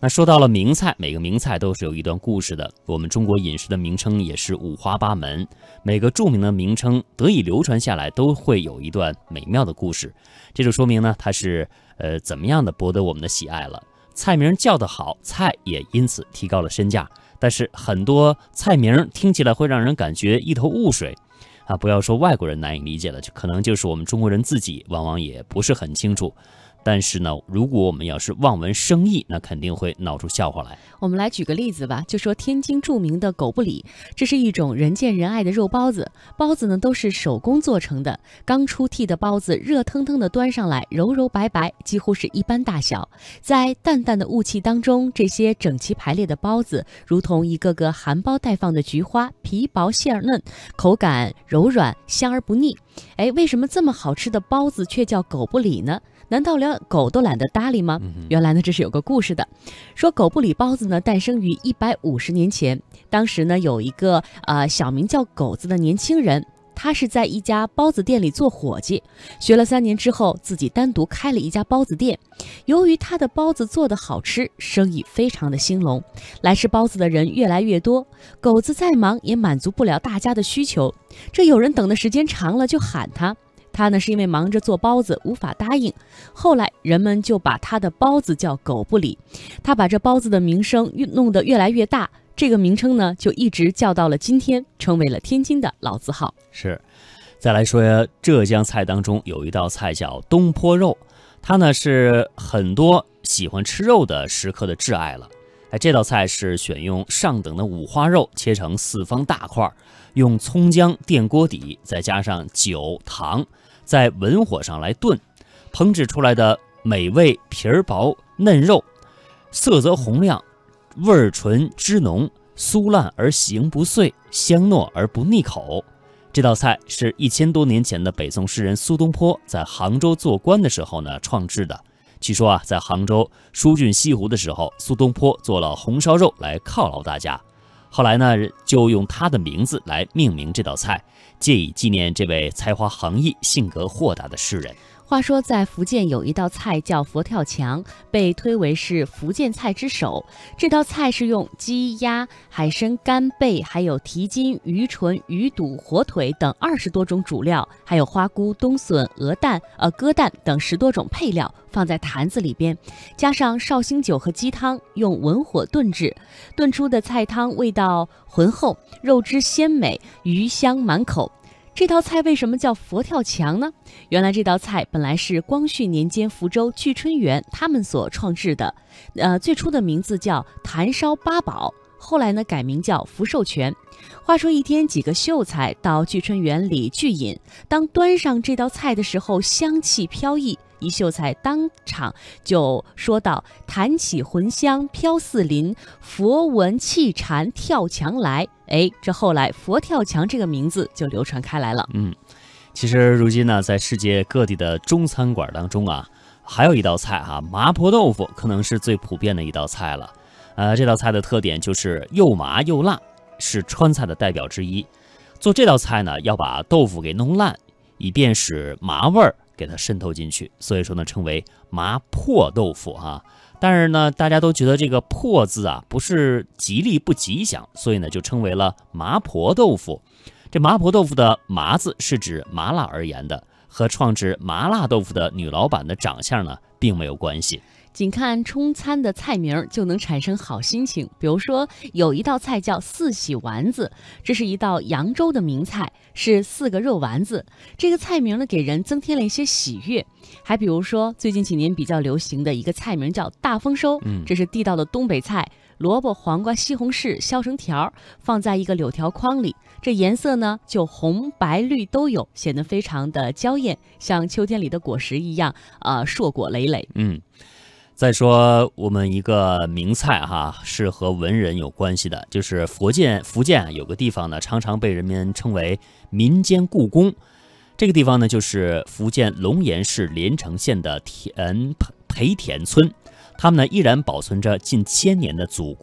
那说到了名菜，每个名菜都是有一段故事的。我们中国饮食的名称也是五花八门，每个著名的名称得以流传下来，都会有一段美妙的故事。这就说明呢，它是怎么样的博得我们的喜爱了。菜名叫得好，菜也因此提高了身价。但是很多菜名听起来会让人感觉一头雾水啊！不要说外国人难以理解了，可能就是我们中国人自己往往也不是很清楚。但是呢，如果我们要是望文生义，那肯定会闹出笑话来。 我们来举个例子吧，就说天津著名的狗不理，这是一种人见人爱的肉包子。包子呢都是手工做成的，刚出屉的包子热腾腾的端上来，柔柔白白，几乎是一般大小。在淡淡的雾气当中，这些整齐排列的包子，如同一个个含苞待放的菊花，皮薄馅嫩，口感柔软，香而不腻。为什么这么好吃的包子却叫狗不理呢？难道连狗都懒得搭理吗？原来呢，这是有个故事的。说狗不理包子呢，诞生于150年前。当时呢，有一个小名叫狗子的年轻人，他是在一家包子店里做伙计，学了3年之后，自己单独开了一家包子店。由于他的包子做得好吃，生意非常的兴隆，来吃包子的人越来越多。狗子再忙也满足不了大家的需求，这有人等的时间长了就喊他。他呢是因为忙着做包子无法答应，后来人们就把他的包子叫狗不理。他把这包子的名声弄得越来越大，这个名称呢就一直叫到了今天，成为了天津的老字号。 是，再来说浙江菜当中有一道菜叫东坡肉，它呢是很多喜欢吃肉的食客的挚爱了。这道菜是选用上等的五花肉切成4方大块，用葱姜垫锅底，再加上酒糖，在文火上来炖，烹制出来的美味皮儿薄嫩肉，色泽红亮，味儿纯汁浓，酥烂而形不碎，香糯而不腻口。这道菜是1000多年前的北宋诗人苏东坡在杭州做官的时候呢创制的。据说啊，在杭州疏浚西湖的时候，苏东坡做了红烧肉来犒劳大家。后来呢，就用他的名字来命名这道菜，借以纪念这位才华横溢、性格豁达的诗人。 话说在福建有一道菜叫佛跳墙，被推为是福建菜之首。这道菜是用鸡、鸭、海参、干贝，还有蹄筋、鱼唇、鱼肚、火腿等20多种主料，还有花菇、冬笋、鹅蛋、鸽蛋等10多种配料放在坛子里边，加上绍兴酒和鸡汤，用文火炖制。炖出的菜汤味道浑厚，肉汁鲜美，鱼香满口。这道菜为什么叫佛跳墙呢？原来这道菜本来是光绪年间福州聚春园他们所创制的，最初的名字叫坛烧八宝，后来呢改名叫福寿全。话说一天，几个秀才到聚春园里聚饮，当端上这道菜的时候，香气飘逸，一秀才当场就说道：“坛起魂香飘四邻，佛闻气禅跳墙来。”这后来佛跳墙这个名字就流传开来了。 其实如今呢，在世界各地的中餐馆当中啊，还有一道菜麻婆豆腐可能是最普遍的一道菜了。这道菜的特点就是又麻又辣，是川菜的代表之一。做这道菜呢，要把豆腐给弄烂，以便使麻味儿给它渗透进去，所以说呢，称为麻破豆腐但是呢，大家都觉得这个破字不是吉利不吉祥，所以呢就称为了麻婆豆腐。这麻婆豆腐的麻字是指麻辣而言的，和创制麻辣豆腐的女老板的长相呢并没有关系。 仅看中餐的菜名就能产生好心情，比如说有一道菜叫四喜丸子，这是一道扬州的名菜，是4个肉丸子。这个菜名呢给人增添了一些喜悦。还比如说最近几年比较流行的一个菜名叫大丰收，这是地道的东北菜，萝卜、黄瓜、西红柿削成条，放在一个柳条筐里，这颜色呢就红白绿都有，显得非常的娇艳，像秋天里的果实一样硕果累累。 再说我们一个名菜是和文人有关系的，就是福建有个地方呢，常常被人们称为民间故宫。这个地方呢，就是福建龙岩市连城县的培田村，他们呢依然保存着近1000年的祖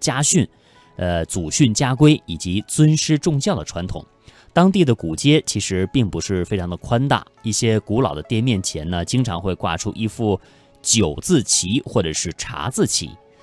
训家规以及尊师重教的传统。当地的古街其实并不是非常的宽大，一些古老的店面前呢，经常会挂出一副9字旗或者是茶字旗，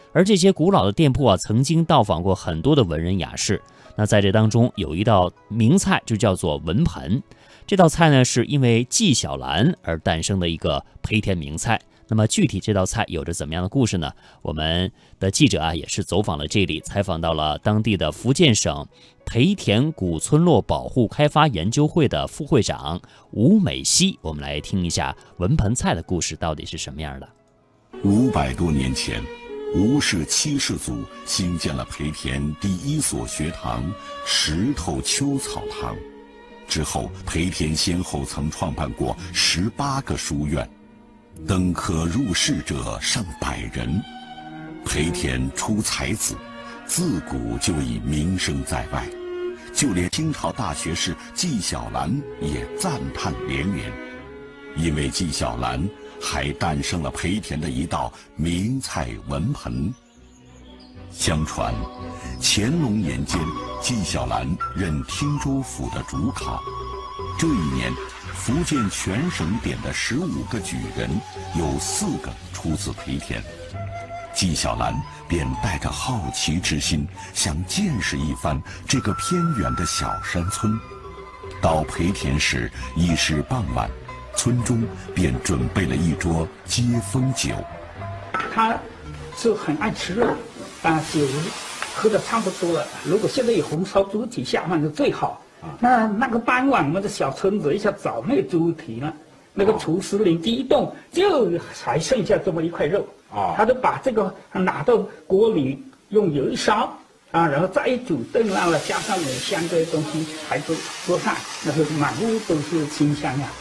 而这些古老的店铺啊，曾经到访过很多的文人雅士。那在这当中有一道名菜就叫做文盆，这道菜呢是因为纪晓岚而诞生的一个培田名菜。那么具体这道菜有着怎么样的故事呢？我们的记者啊也是走访了这里，采访到了当地的福建省培田古村落保护开发研究会的副会长吴美熙。我们来听一下文盆菜的故事到底是什么样的。 500多年前，吴氏7氏族兴建了培田第一所学堂石头丘草堂。之后，培田先后曾创办过18个书院，登科入仕者上100人。培田出才子，自古就已名声在外，就连清朝大学士纪晓岚也赞叹连连。因为纪晓岚还诞生了培田的一道名菜文盆。相传，乾隆年间，纪晓岚任汀州府的主考。这一年，福建全省点的15个举人，有4个出自培田。纪晓岚便带着好奇之心，想见识一番这个偏远的小山村。到培田时已是傍晚，村中便准备了一桌接风酒。 他是很爱吃肉，酒喝的差不多了。如果现在有红烧猪蹄下饭就最好。那个傍晚，我们的小村子一下找那个猪蹄了，那个厨师灵机一动，就还剩下这么一块肉。他就把这个拿到锅里用油一烧然后再一煮炖烂了，加上五香这些东西，还做饭，那是满屋都是清香呀。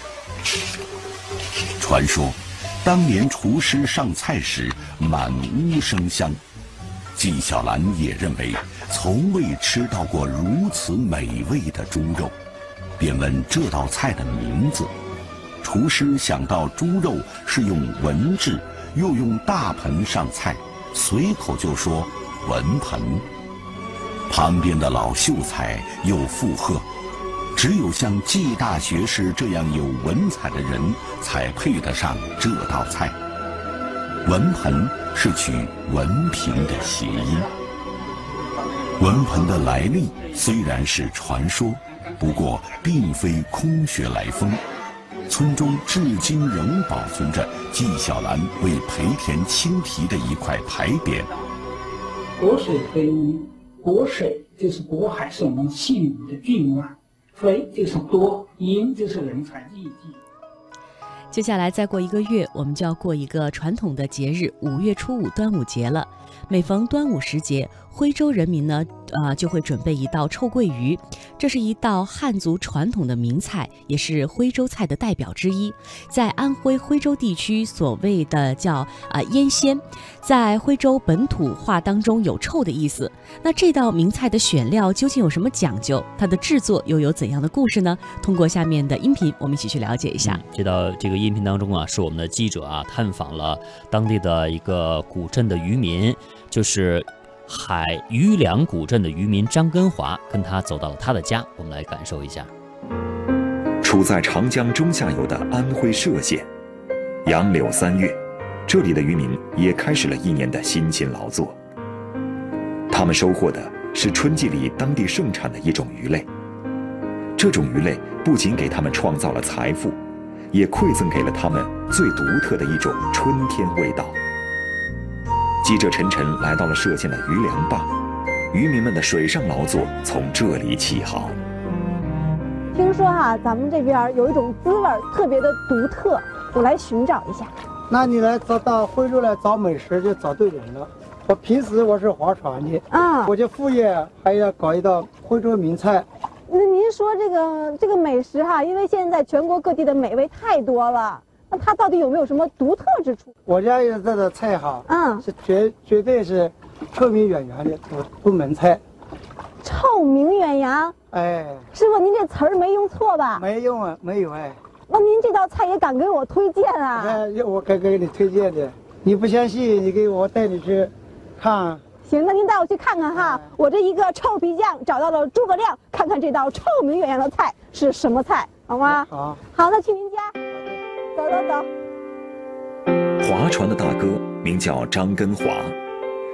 传说，当年厨师上菜时，满屋生香。纪晓岚也认为从未吃到过如此美味的猪肉，便问这道菜的名字。厨师想到猪肉是用文制，又用大盆上菜，随口就说文盆。旁边的老秀才又附和，只有像纪大学士这样有文采的人才配得上这道菜。文盆是取文凭的谐音。文盆的来历虽然是传说，不过并非空穴来风。村中至今仍保存着纪晓岚为培田亲题的一块牌匾。 国水培鱼，国水就是渤海，是我们姓武的郡啊。培就是多，英就是人才济济。 接下来再过1个月，我们就要过一个传统的节日5月初5端午节了。每逢端午时节，徽州人民呢，就会准备一道臭鳜鱼，这是一道汉族传统的名菜，也是徽州菜的代表之一。在安徽徽州地区所谓的叫腌鲜，在徽州本土话当中有臭的意思。那这道名菜的选料究竟有什么讲究？它的制作又有怎样的故事呢？通过下面的音频，我们一起去了解一下。 这个音频当中啊，是我们的记者啊探访了当地的一个古镇的渔民，就是海渔梁古镇的渔民张根华，跟他走到了他的家，我们来感受一下。 处在长江中下游的安徽歙县，杨柳3月，这里的渔民也开始了1年的辛勤劳作。他们收获的是春季里当地盛产的一种鱼类，这种鱼类不仅给他们创造了财富，也馈赠给了他们最独特的一种春天味道。记者陈晨来到了歙县的渔梁坝，渔民们的水上劳作从这里起好。 听说咱们这边有一种滋味特别的独特，我来寻找一下。 那你来到徽州来找美食就找对人了。我平时我是划船的我就副业还要搞一道徽州名菜。 那您说这个美食因为现在全国各地的美味太多了，那它到底有没有什么独特之处？ 我家有这道菜是绝对是臭名远扬的入门菜。 臭名远扬？ 哎， 师傅您这词儿没用错吧？ 没用啊，没有哎。 那您这道菜也敢给我推荐啊？ 我该给你推荐的，你不相信你给我带你去看。 行，那您带我去看看我这一个臭皮匠找到了诸葛亮，看看这道臭名远扬的菜是什么菜，好吗？ 好， 那去您家，走。 划船的大哥名叫张根华，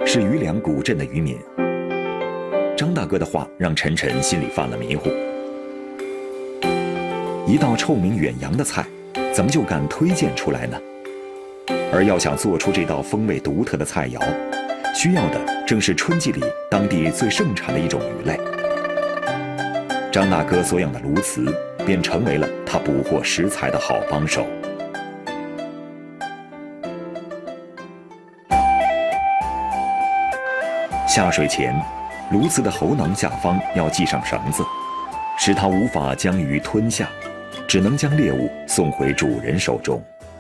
是余梁古镇的渔民。张大哥的话让晨晨心里犯了迷糊。一道臭名远扬的菜，怎么就敢推荐出来呢？而要想做出这道风味独特的菜肴，需要的正是春季里当地最盛产的一种鱼类。张大哥所养的鸬鹚，便成为了他捕获食材的好帮手。下水前，鸬鹚的喉囊下方要系上绳子，使它无法将鱼吞下，只能将猎物送回主人手中。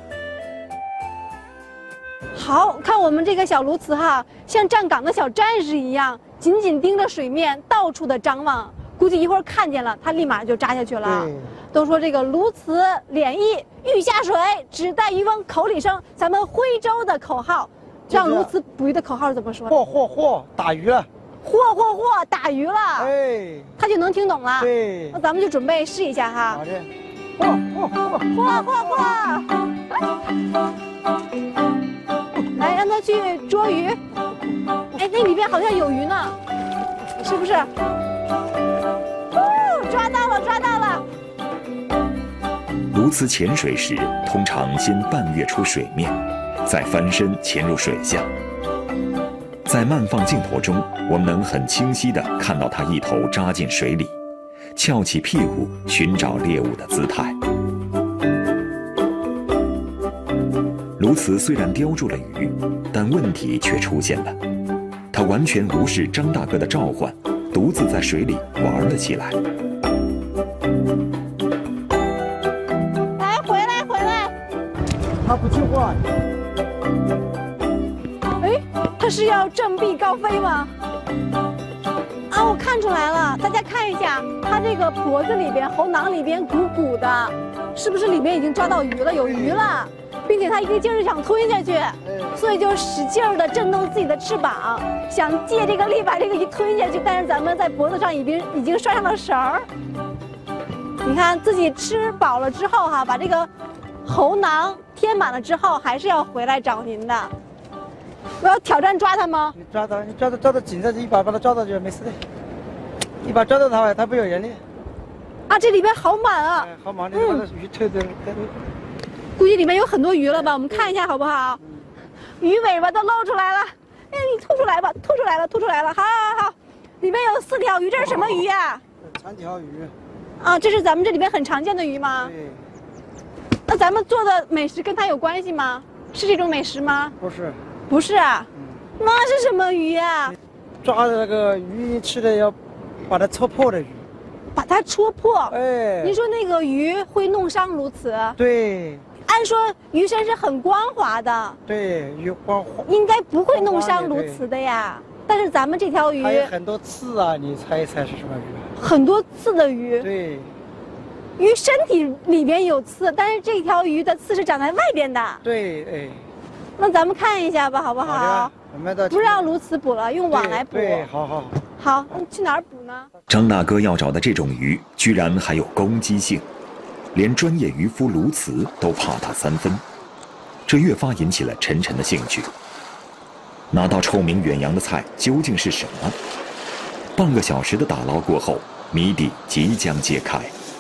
好看我们这个小鸬鹚哈，像站岗的小战士一样，紧紧盯着水面，到处的张望。估计一会儿看见了，它立马就扎下去了。都说这个鸬鹚脸一欲下水，只待渔翁口里声。咱们徽州的口号，让鸬鹚捕鱼的口号是怎么说的？ 嚯，打鱼了！ 嚯，打鱼了！ 哎， 他就能听懂了。 对， 那咱们就准备试一下哈。 好的。 嚯！来，让他去捉鱼。哎，那里边好像有鱼呢，是不是？抓到了！ 鸬鹚潜水时，通常先半跃出水面，再翻身潜入水下。在慢放镜头中，我们能很清晰地看到它一头扎进水里，翘起屁股寻找猎物的姿态。鸬鹚虽然叼住了鱼，但问题却出现了，它完全无视张大哥的召唤，独自在水里玩了起来。 来，回来！ 他不听话。 哎，他是要振臂高飞吗？啊，我看出来了，大家看一下，他这个脖子里边、喉囊里边鼓鼓的，是不是里面已经抓到鱼了？有鱼了，并且他一个劲儿想吞下去，所以就使劲儿的震动自己的翅膀，想借这个力把这个鱼吞下去。但是咱们在脖子上已经拴上了绳儿。你看自己吃饱了之后哈，把这个喉囊填满了之后，还是要回来找您的。我要挑战抓它吗？ 你抓到紧着，一把把它抓到就没事的。一把抓到它，它不咬人的。 啊，这里边好满啊！ 好满的，把它鱼推的。 估计里面有很多鱼了吧？我们看一下好不好？鱼尾巴都露出来了。哎，你吐出来吧，吐出来了。好，里面有4条鱼，这是什么鱼呀？ 长条鱼。 啊，这是咱们这里边很常见的鱼吗？ 对。 那咱们做的美食跟它有关系吗？是这种美食吗？不是啊。那是什么鱼呀？ 抓的那个鱼吃的要把它戳破的鱼。 把它戳破？ 哎。 您说那个鱼会弄伤鸬鹚？ 对。 按说鱼身是很光滑的。 对，鱼光滑。应该不会弄伤鸬鹚的呀。但是咱们这条鱼还有很多刺啊，你猜一猜是什么鱼？ 很多刺的鱼。 对。 鱼身体里边有刺，但是这条鱼的刺是长在外边的。 对，哎。 那咱们看一下吧，好不好？ 我们的不让鸬鹚捕了，用网来捕。 对，好。 好，去哪儿捕呢？ 张大哥要找的这种鱼，居然还有攻击性，连专业渔夫鸬鹚都怕它3分，这越发引起了晨晨的兴趣。那道臭名远扬的菜究竟是什么？半个小时的打捞过后，谜底即将揭开。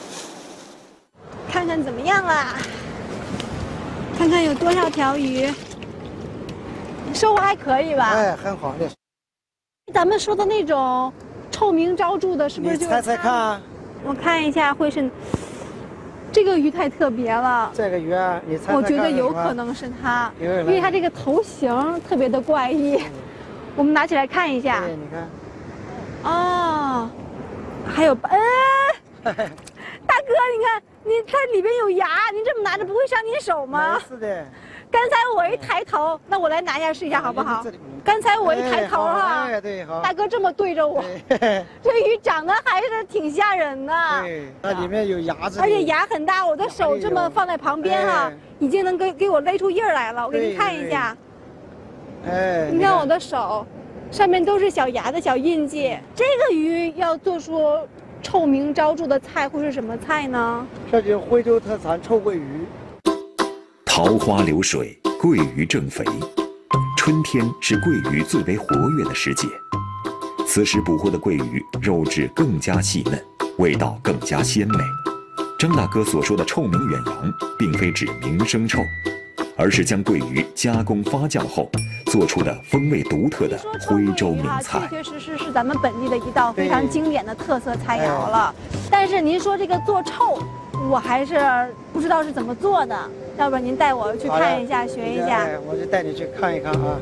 看看怎么样啦？看看有多少条鱼？收获还可以吧？ 哎，很好的。 咱们说的那种臭名昭著的，是不是就是？ 你猜猜看。 我看一下，会是这个鱼太特别了。 这个鱼啊，你猜猜看。 我觉得有可能是它，因为它这个头型特别的怪异。我们拿起来看一下。 对，你看。 哦，还有大哥，你看，它里边有牙，您这么拿着不会伤您手吗？ 是的。 刚才我一抬头，那我来拿一下试一下好不好？刚才我一抬头哈， 对，好。 大哥这么对着我，这鱼长得还是挺吓人的。 对，它里面有牙子， 而且牙很大，我的手这么放在旁边哈，已经能给我勒出印儿来了。我给您看一下， 哎， 你看我的手，上面都是小牙的小印记。这个鱼要做出臭名昭著的菜，会是什么菜呢？ 这就是徽州特产臭鳜鱼。 桃花流水，鳜鱼正肥， 春天是桂鱼最为活跃的时节，此时捕获的桂鱼肉质更加细嫩，味道更加鲜美。张大哥所说的臭名远扬，并非指名声臭，而是将桂鱼加工发酵后做出的风味独特的徽州名菜。 确确实实是咱们本地的一道非常经典的特色菜肴了。但是您说这个做臭，我还是不知道是怎么做的，要不然您带我去看一下，学一下。 我就带你去看一看啊。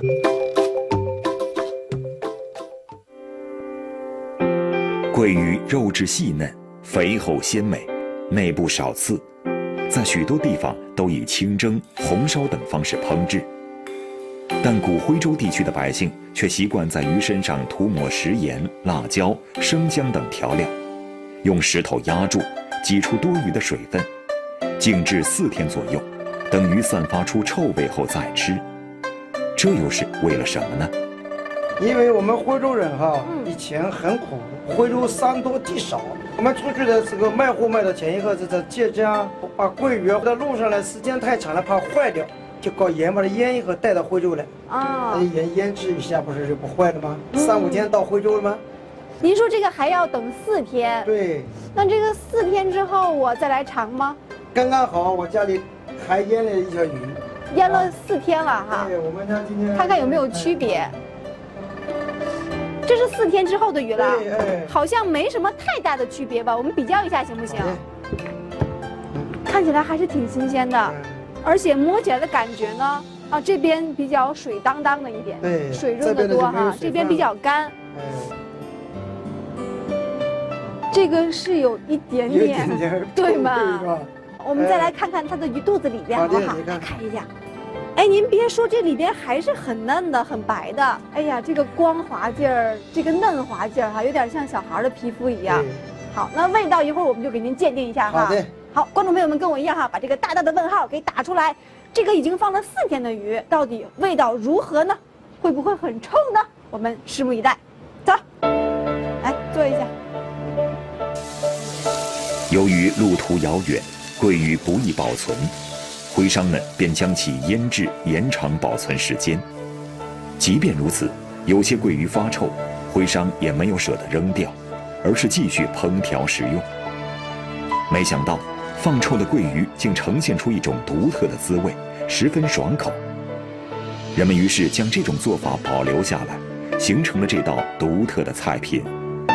桂鱼肉质细嫩，肥厚鲜美，内部少刺，在许多地方都以清蒸、红烧等方式烹制。但古徽州地区的百姓却习惯在鱼身上涂抹食盐、辣椒、生姜等调料，用石头压住，挤出多余的水分，静置4天左右，等鱼散发出臭味后再吃。这又是为了什么呢？ 因为我们徽州人以前很苦，徽州山多地少，我们出去的这个卖货卖到前一个是在浙江，把桂鱼在路上来时间太长了怕坏掉，就搞盐把它腌一盒带到徽州来啊，腌制一下不是就不坏了吗？3、5天到徽州了吗？ 您说这个还要等4天？ 对。 那这个4天之后我再来尝吗？ 刚刚好，我家里还腌了一条鱼， 腌了4天了哈。 对，我们家今天看看有没有区别。这是4天之后的鱼了，好像没什么太大的区别吧？我们比较一下行不行？看起来还是挺新鲜的，而且摸起来的感觉呢，这边比较水当当的一点， 对， 水润的多哈，这边比较干。这个是有一点点，对吗？我们再来看看它的鱼肚子里边好不好？来看一下。哎，您别说，这里边还是很嫩的，很白的。哎呀，这个光滑劲儿，这个嫩滑劲儿哈，有点像小孩的皮肤一样。好，那味道一会儿我们就给您鉴定一下哈。 好的。 好，观众朋友们跟我一样哈，把这个大大的问号给打出来。这个已经放了4天的鱼，到底味道如何呢？会不会很臭呢？我们拭目以待。走，来坐一下。 由于路途遥远，桂鱼不易保存。徽商们便将其腌制，延长保存时间。即便如此，有些桂鱼发臭，徽商也没有舍得扔掉，而是继续烹调食用。没想到，放臭的桂鱼竟呈现出一种独特的滋味，十分爽口。人们于是将这种做法保留下来，形成了这道独特的菜品。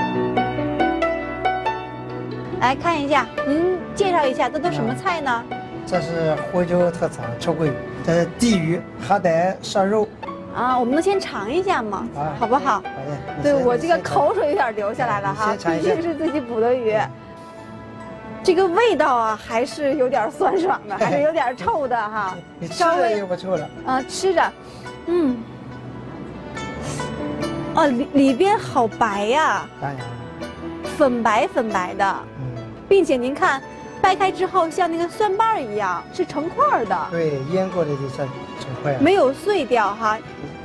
来看一下，您介绍一下，这都什么菜呢？ 这是徽州特产臭桂鱼，这是地鱼，还得涮肉。 我们能先尝一下吗？好不好？ 好的。 对，我这个口水有点流下来了哈，毕竟是自己捕的鱼。这个味道还是有点酸爽的，还是有点臭的哈。 你吃着也不臭了。 吃着，里边好白呀。 当然。 粉白粉白的，并且您看。掰开之后像那个蒜瓣一样，是成块的。 对，腌过的就算成块， 没有碎掉哈。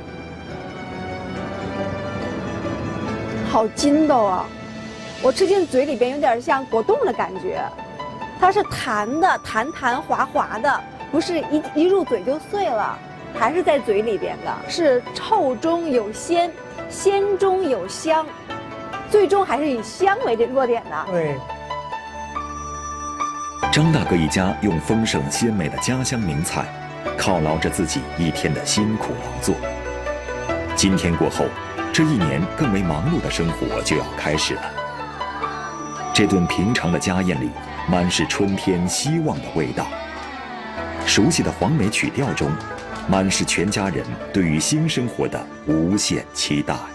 好筋道啊！我吃进嘴里边有点像果冻的感觉，它是弹的，弹弹滑滑的，不是一入嘴就碎了，还是在嘴里边的，是臭中有鲜，鲜中有香，最终还是以香为落点的。 对。 张大哥一家用丰盛鲜美的家乡名菜，犒劳着自己一天的辛苦劳作。今天过后，这1年更为忙碌的生活就要开始了。这顿平常的家宴里，满是春天希望的味道。熟悉的黄梅曲调中，满是全家人对于新生活的无限期待。